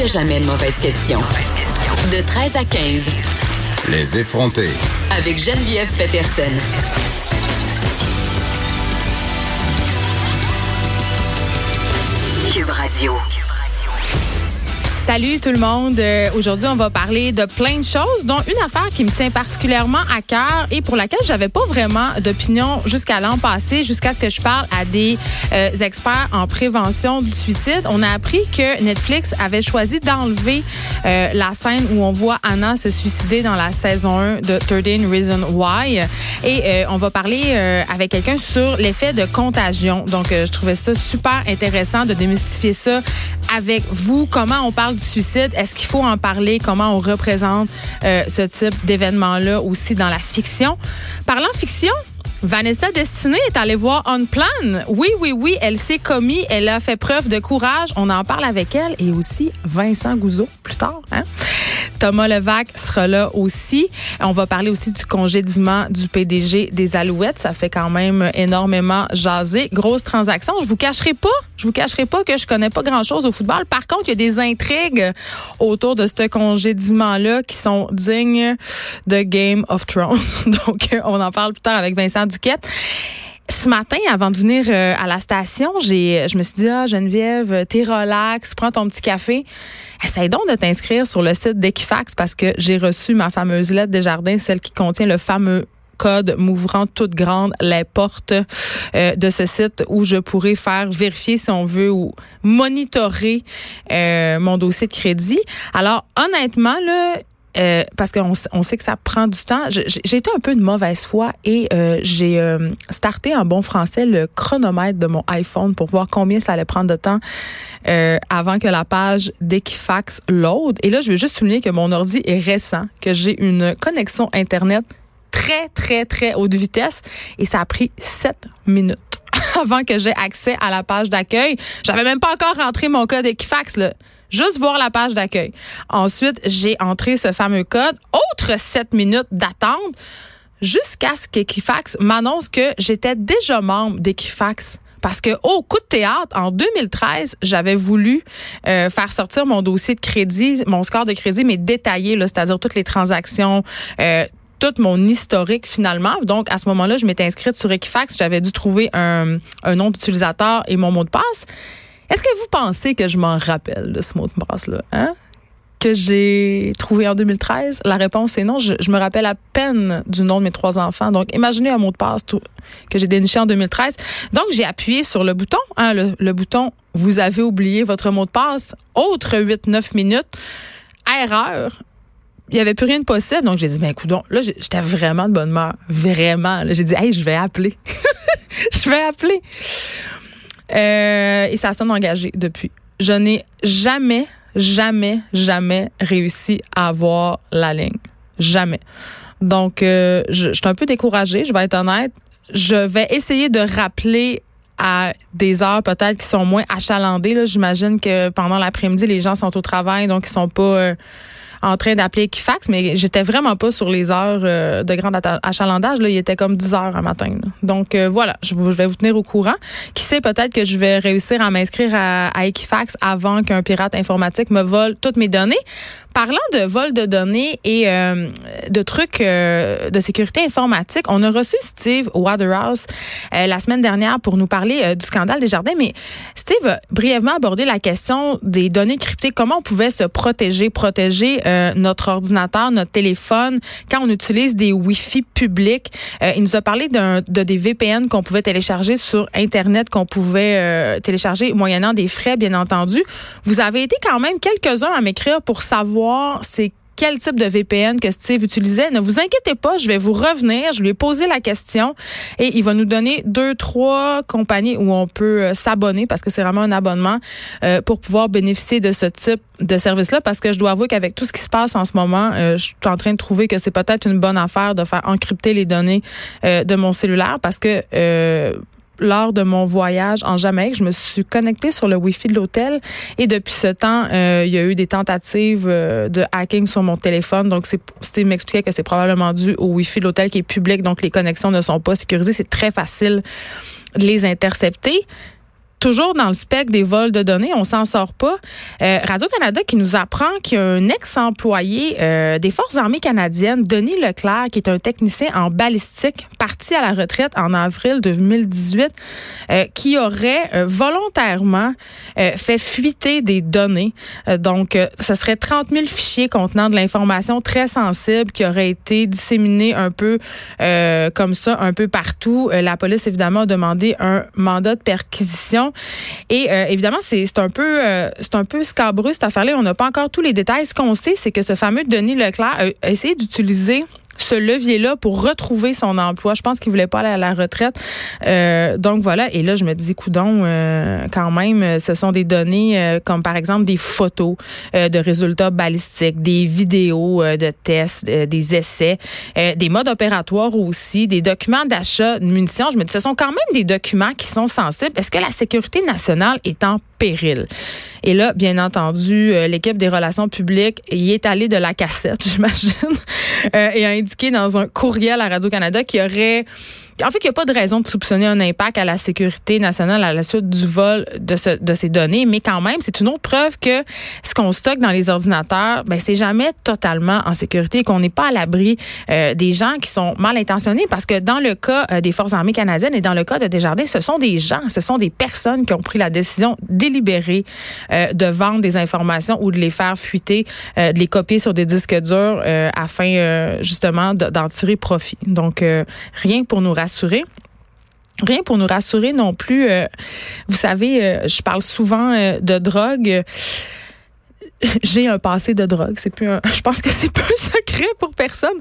n'y a jamais de mauvaise question. De 13 à 15. Les effrontés. Avec Geneviève Peterson. Cube Radio. Salut tout le monde. Aujourd'hui, on va parler de plein de choses, dont une affaire qui me tient particulièrement à cœur et pour laquelle j'avais pas vraiment d'opinion jusqu'à l'an passé, jusqu'à ce que je parle à des experts en prévention du suicide. On a appris que Netflix avait choisi d'enlever la scène où on voit Anna se suicider dans la saison 1 de 13 Reasons Why. Et on va parler avec quelqu'un sur l'effet de contagion. Donc, je trouvais ça super intéressant de démystifier ça avec vous. Comment on parle du suicide? Est-ce qu'il faut en parler? Comment on représente ce type d'événement-là aussi dans la fiction? Parlant fiction, Vanessa Destinée est allée voir On Plan. Oui, elle s'est commis. Elle a fait preuve de courage. On en parle avec elle et aussi Vincent Gouzeau plus tard. Thomas Levac sera là aussi. On va parler aussi du congédiement du PDG des Alouettes. Ça fait quand même énormément jaser. Grosse transaction. Je vous cacherai pas que je connais pas grand-chose au football. Par contre, il y a des intrigues autour de ce congédiement-là qui sont dignes de Game of Thrones. Donc, on en parle plus tard avec Vincent Duquette. Ce matin, avant de venir à la station, je me suis dit, Geneviève, t'es relax, prends ton petit café. Essaye donc de t'inscrire sur le site d'Equifax parce que j'ai reçu ma fameuse lettre Desjardins, celle qui contient le fameux code m'ouvrant toutes grandes les portes de ce site où je pourrais faire vérifier, si on veut, ou monitorer mon dossier de crédit. Alors, honnêtement, là, parce qu'on sait que ça prend du temps. J'ai été un peu de mauvaise foi et j'ai starté en bon français le chronomètre de mon iPhone pour voir combien ça allait prendre de temps avant que la page d'Equifax load. Et là, je veux juste souligner que mon ordi est récent, que j'ai une connexion Internet très, très, très haute vitesse et ça a pris 7 minutes avant que j'aie accès à la page d'accueil. J'avais même pas encore rentré mon code Equifax, là. Juste voir la page d'accueil. Ensuite, j'ai entré ce fameux code. Autre 7 minutes d'attente jusqu'à ce qu'Equifax m'annonce que j'étais déjà membre d'Equifax. Parce que, coup de théâtre, en 2013, j'avais voulu faire sortir mon dossier de crédit, mon score de crédit, mais détaillé, là, c'est-à-dire toutes les transactions, tout mon historique finalement. Donc, à ce moment-là, je m'étais inscrite sur Equifax. J'avais dû trouver un nom d'utilisateur et mon mot de passe. Est-ce que vous pensez que je m'en rappelle de ce mot de passe-là? Que j'ai trouvé en 2013? La réponse est non. Je me rappelle à peine du nom de mes 3 enfants. Donc, imaginez un mot de passe que j'ai déniché en 2013. Donc, j'ai appuyé sur le bouton. Le bouton « Vous avez oublié votre mot de passe ». Autre 8-9 minutes. Erreur. Il n'y avait plus rien de possible. Donc, j'ai dit, coudonc, là, j'étais vraiment de bonne humeur. Vraiment. Là, j'ai dit, je vais appeler. Je vais appeler. Et ça sonne engagé depuis. Je n'ai jamais réussi à avoir la ligne. Jamais. Donc, je suis un peu découragée, je vais être honnête. Je vais essayer de rappeler à des heures peut-être qui sont moins achalandées. Là. J'imagine que pendant l'après-midi, les gens sont au travail, donc ils sont pas en train d'appeler Equifax, mais j'étais vraiment pas sur les heures de grand achalandage. Là, il était comme 10 heures un matin. Là. Donc, voilà, je vais vous tenir au courant. Qui sait, peut-être que je vais réussir à m'inscrire à Equifax avant qu'un pirate informatique me vole toutes mes données. Parlant de vol de données et de trucs de sécurité informatique, on a reçu Steve Waterhouse la semaine dernière pour nous parler du scandale Desjardins. Mais Steve a brièvement abordé la question des données cryptées. Comment on pouvait se protéger notre ordinateur, notre téléphone, quand on utilise des Wi-Fi publics. Il nous a parlé de des VPN qu'on pouvait télécharger sur Internet, qu'on pouvait télécharger moyennant des frais, bien entendu. Vous avez été quand même quelques-uns à m'écrire pour savoir c'est quel type de VPN que Steve utilisait. Ne vous inquiétez pas, je vais vous revenir. Je lui ai posé la question et il va nous donner 2-3 compagnies où on peut s'abonner parce que c'est vraiment un abonnement pour pouvoir bénéficier de ce type de service-là parce que je dois avouer qu'avec tout ce qui se passe en ce moment, je suis en train de trouver que c'est peut-être une bonne affaire de faire encrypter les données de mon cellulaire parce que lors de mon voyage en Jamaïque, je me suis connectée sur le Wi-Fi de l'hôtel et depuis ce temps, il y a eu des tentatives de hacking sur mon téléphone. Donc, Steve m'expliquait que c'est probablement dû au Wi-Fi de l'hôtel qui est public, donc les connexions ne sont pas sécurisées. C'est très facile de les intercepter. toujours dans le spectre des vols de données, on s'en sort pas. Radio-Canada qui nous apprend qu'il y a un ex-employé des Forces armées canadiennes, Denis Leclerc, qui est un technicien en balistique, parti à la retraite en avril 2018, qui aurait volontairement fait fuiter des données. Donc, ce serait 30 000 fichiers contenant de l'information très sensible qui auraient été disséminés un peu comme ça, un peu partout. La police, évidemment, a demandé un mandat de perquisition. Et évidemment, c'est un peu scabreux cette affaire-là. On n'a pas encore tous les détails. Ce qu'on sait, c'est que ce fameux Denis Leclerc a essayé d'utiliser ce levier-là pour retrouver son emploi. Je pense qu'il voulait pas aller à la retraite. Donc voilà. Et là, je me dis, coudonc, quand même, ce sont des données comme par exemple des photos de résultats balistiques, des vidéos de tests, des essais, des modes opératoires aussi, des documents d'achat de munitions. Je me dis, ce sont quand même des documents qui sont sensibles. Est-ce que la sécurité nationale est en péril? Et là, bien entendu, l'équipe des relations publiques y est allée de la cassette, j'imagine, et a indiqué dans un courriel à Radio-Canada qu'il y aurait... En fait, il n'y a pas de raison de soupçonner un impact à la sécurité nationale à la suite du vol de ces données, mais quand même, c'est une autre preuve que ce qu'on stocke dans les ordinateurs, c'est jamais totalement en sécurité et qu'on n'est pas à l'abri des gens qui sont mal intentionnés, parce que dans le cas des Forces armées canadiennes et dans le cas de Desjardins, ce sont des gens, ce sont des personnes qui ont pris la décision délibérée de vendre des informations ou de les faire fuiter, de les copier sur des disques durs afin justement d'en tirer profit. Donc, rien pour nous rassurer. Rien pour nous rassurer non plus. Vous savez, je parle souvent de drogue. J'ai un passé de drogue. Je pense que c'est plus secret pour personne.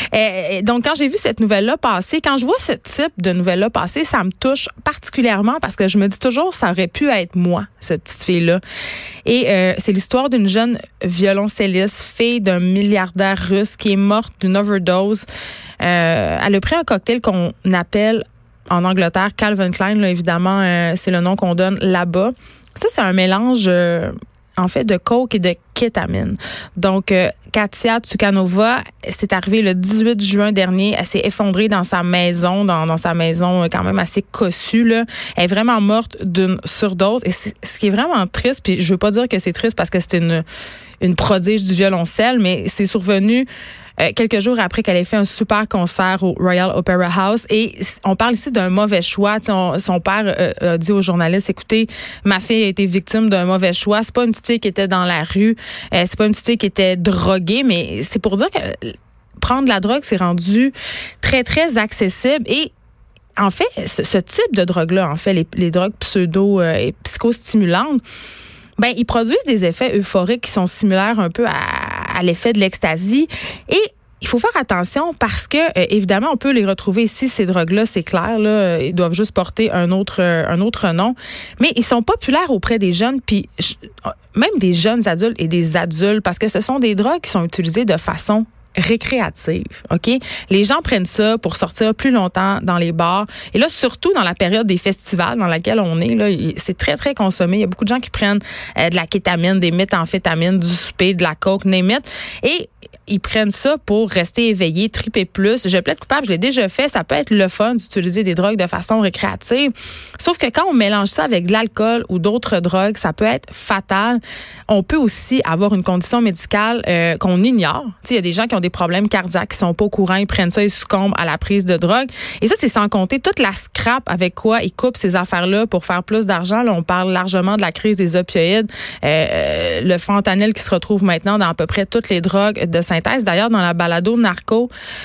Donc, quand j'ai vu cette nouvelle-là passer, quand je vois ce type de nouvelle-là passer, ça me touche particulièrement parce que je me dis toujours, ça aurait pu être moi, cette petite fille-là. Et c'est l'histoire d'une jeune violoncelliste, fille d'un milliardaire russe qui est morte d'une overdose. Elle a pris un cocktail qu'on appelle en Angleterre Calvin Klein, là, évidemment, c'est le nom qu'on donne là-bas. Ça, c'est un mélange, en fait, de coke et de kétamine. Donc, Katia Tsukanova, c'est arrivé le 18 juin dernier. Elle s'est effondrée dans sa maison, dans sa maison quand même assez cossue, là. Elle est vraiment morte d'une surdose. Et ce qui est vraiment triste, puis je veux pas dire que c'est triste parce que c'est une prodige du violoncelle, mais c'est survenu quelques jours après qu'elle ait fait un super concert au Royal Opera House. Et on parle ici d'un mauvais choix. Son père a dit aux journalistes, écoutez, ma fille a été victime d'un mauvais choix. C'est pas une petite fille qui était dans la rue. C'est pas une petite fille qui était droguée, mais c'est pour dire que prendre de la drogue, c'est rendu très, très accessible. Et en fait, ce type de drogue-là, en fait, les drogues pseudo et psychostimulantes, ils produisent des effets euphoriques qui sont similaires un peu à l'effet de l'ecstasy. Et il faut faire attention parce que, évidemment, on peut les retrouver ici, ces drogues-là, c'est clair, là, ils doivent juste porter un autre nom. Mais ils sont populaires auprès des jeunes, puis même des jeunes adultes et des adultes, parce que ce sont des drogues qui sont utilisées de façon récréative, OK? Les gens prennent ça pour sortir plus longtemps dans les bars. Et là, surtout dans la période des festivals dans laquelle on est, là, c'est très, très consommé. Il y a beaucoup de gens qui prennent de la kétamine, des méthamphétamines, du spé, de la coke, name it. Et ils prennent ça pour rester éveillés, triper plus. Je plaide coupable, je l'ai déjà fait. Ça peut être le fun d'utiliser des drogues de façon récréative. Sauf que quand on mélange ça avec de l'alcool ou d'autres drogues, ça peut être fatal. On peut aussi avoir une condition médicale qu'on ignore. Il y a des gens qui ont des problèmes cardiaques, qui sont pas au courant, ils prennent ça, ils succombent à la prise de drogue. Et ça, c'est sans compter toute la scrap avec quoi ils coupent ces affaires-là pour faire plus d'argent. Là, on parle largement de la crise des opioïdes, le fentanyl qui se retrouve maintenant dans à peu près toutes les drogues de synthèse. D'ailleurs, dans la balado Narcos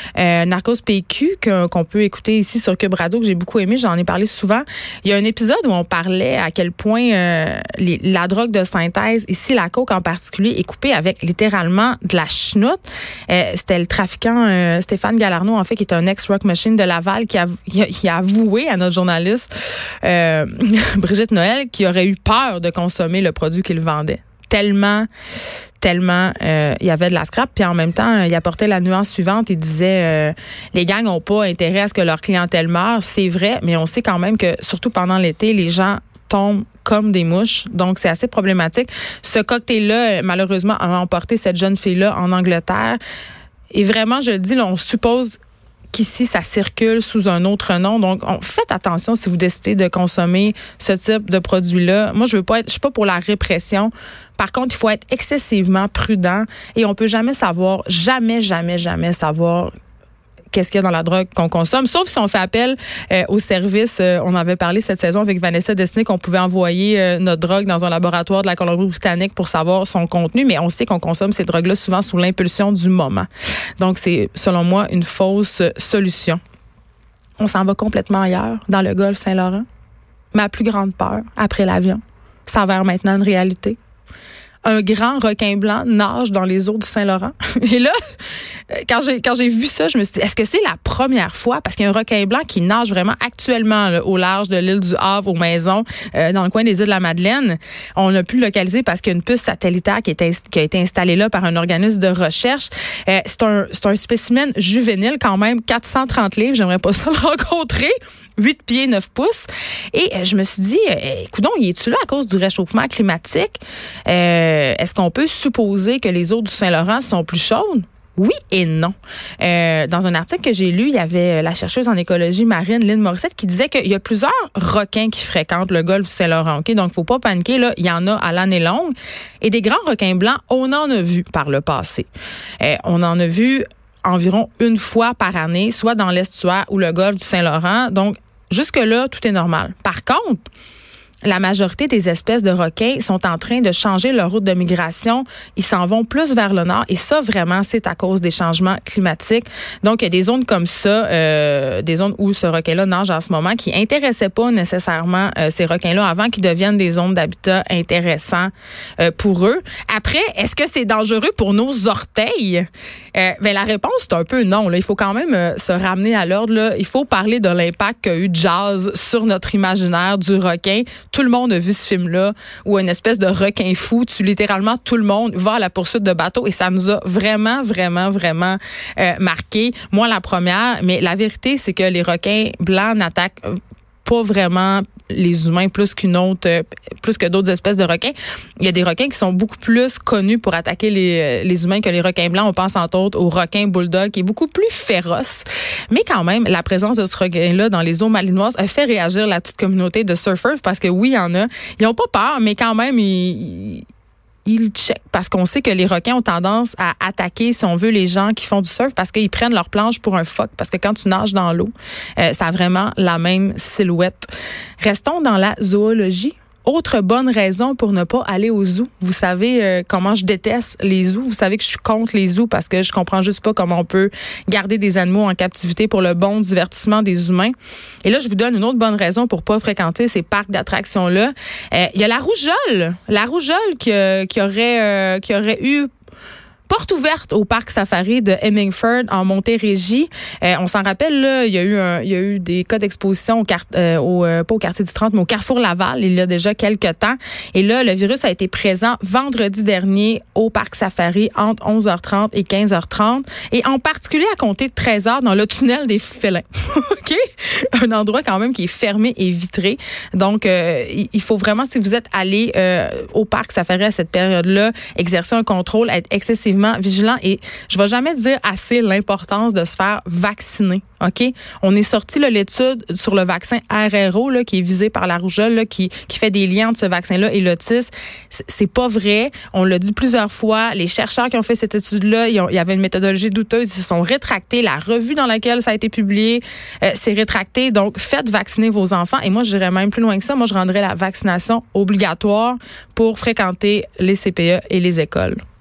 PQ qu'on peut écouter ici sur Cube Radio, que j'ai beaucoup aimé, j'en ai parlé souvent, il y a un épisode où on parlait à quel point la drogue de synthèse, ici la coke en particulier, est coupée avec littéralement de la chenoute. C'était le trafiquant Stéphane Galarneau, en fait, qui est un ex-Rock Machine de Laval, qui a avoué à notre journaliste Brigitte Noël qu'il aurait eu peur de consommer le produit qu'il vendait. Tellement il y avait de la scrap, puis en même temps il apportait la nuance suivante. Il disait les gangs n'ont pas intérêt à ce que leur clientèle meure, c'est vrai, mais on sait quand même que surtout pendant l'été, les gens tombent comme des mouches, donc c'est assez problématique. Ce cocktail-là, malheureusement, a emporté cette jeune fille-là en Angleterre. Et vraiment, je le dis, là, on suppose qu'ici, ça circule sous un autre nom. Donc, faites attention si vous décidez de consommer ce type de produit-là. Moi, je suis pas pour la répression. Par contre, il faut être excessivement prudent et on peut jamais savoir, jamais savoir qu'est-ce qu'il y a dans la drogue qu'on consomme, sauf si on fait appel au service. On avait parlé cette saison avec Vanessa Destinée qu'on pouvait envoyer notre drogue dans un laboratoire de la Colombie-Britannique pour savoir son contenu, mais on sait qu'on consomme ces drogues-là souvent sous l'impulsion du moment. Donc, c'est, selon moi, une fausse solution. On s'en va complètement ailleurs, dans le golfe Saint-Laurent. Ma plus grande peur, après l'avion, s'avère maintenant une réalité. Un grand requin blanc nage dans les eaux du Saint-Laurent. Et là, quand j'ai vu ça, je me suis dit, est-ce que c'est la première fois? Parce qu'il y a un requin blanc qui nage vraiment actuellement là, au large de l'île du Havre, aux Maisons, dans le coin des îles de la Madeleine. On a pu le localiser parce qu'il y a une puce satellitaire qui a été installée là par un organisme de recherche. C'est un spécimen juvénile quand même, 430 livres. J'aimerais pas ça le rencontrer. 8 pieds, 9 pouces. Et je me suis dit, coudonc, y es-tu là à cause du réchauffement climatique? Est-ce qu'on peut supposer que les eaux du Saint-Laurent sont plus chaudes? Oui et non. Dans un article que j'ai lu, il y avait la chercheuse en écologie marine, Lynn Morissette, qui disait qu'il y a plusieurs requins qui fréquentent le golfe du Saint-Laurent. Okay? Donc, il ne faut pas paniquer. Là, il y en a à l'année longue. Et des grands requins blancs, on en a vu par le passé. On en a vu environ une fois par année, soit dans l'estuaire ou le golfe du Saint-Laurent. Donc, jusque-là, tout est normal. Par contre, la majorité des espèces de requins sont en train de changer leur route de migration. Ils s'en vont plus vers le nord. Et ça, vraiment, c'est à cause des changements climatiques. Donc, il y a des zones comme ça, des zones où ce requin-là nage en ce moment, qui n'intéressaient pas nécessairement ces requins-là avant qu'ils deviennent des zones d'habitat intéressants pour eux. Après, est-ce que c'est dangereux pour nos orteils? La réponse, c'est un peu non. Là. Il faut quand même se ramener à l'ordre. Là. Il faut parler de l'impact qu'a eu Jazz sur notre imaginaire du requin. Tout le monde a vu ce film-là où une espèce de requin fou tue littéralement tout le monde, va à la poursuite de bateaux et ça nous a vraiment marqué. Moi, la première, mais la vérité, c'est que les requins blancs n'attaquent pas vraiment les humains plus que d'autres espèces de requins. Il y a des requins qui sont beaucoup plus connus pour attaquer les humains que les requins blancs. On pense entre autres au requin bulldog qui est beaucoup plus féroce. Mais quand même, la présence de ce requin-là dans les eaux malinoises a fait réagir la petite communauté de surfers parce que oui, il y en a. Ils n'ont pas peur, mais quand même, ils checkent parce qu'on sait que les requins ont tendance à attaquer, si on veut, les gens qui font du surf parce qu'ils prennent leur planche pour un phoque. Parce que quand tu nages dans l'eau, ça a vraiment la même silhouette. Restons dans la zoologie. Autre bonne raison pour ne pas aller au zoo. Vous savez comment je déteste les zoos. Vous savez que je suis contre les zoos parce que je comprends juste pas comment on peut garder des animaux en captivité pour le bon divertissement des humains. Et là, je vous donne une autre bonne raison pour pas fréquenter ces parcs d'attractions-là. Il y a la rougeole. La rougeole qui aurait eu porte ouverte au parc safari de Hemingford en Montérégie. On s'en rappelle, là, il y a eu des cas d'exposition pas au quartier du 30, mais au Carrefour Laval, il y a déjà quelques temps. Et là, le virus a été présent vendredi dernier au parc safari entre 11h30 et 15h30. Et en particulier à compter de 13h dans le tunnel des félins. OK? Un endroit quand même qui est fermé et vitré. Donc, il faut vraiment, si vous êtes allé au parc safari à cette période-là, exercer un contrôle, être excessivement vigilant et je vais jamais dire assez l'importance de se faire vacciner. OK? On est sorti là, l'étude sur le vaccin RRO là, qui est visé par la rougeole, là, qui fait des liens entre ce vaccin-là et l'autisme. C'est pas vrai. On l'a dit plusieurs fois. Les chercheurs qui ont fait cette étude-là, il y avait une méthodologie douteuse. Ils se sont rétractés. La revue dans laquelle ça a été publié s'est rétractée. Donc, faites vacciner vos enfants. Et moi, j'irais même plus loin que ça. Moi, je rendrais la vaccination obligatoire pour fréquenter les CPE et les écoles.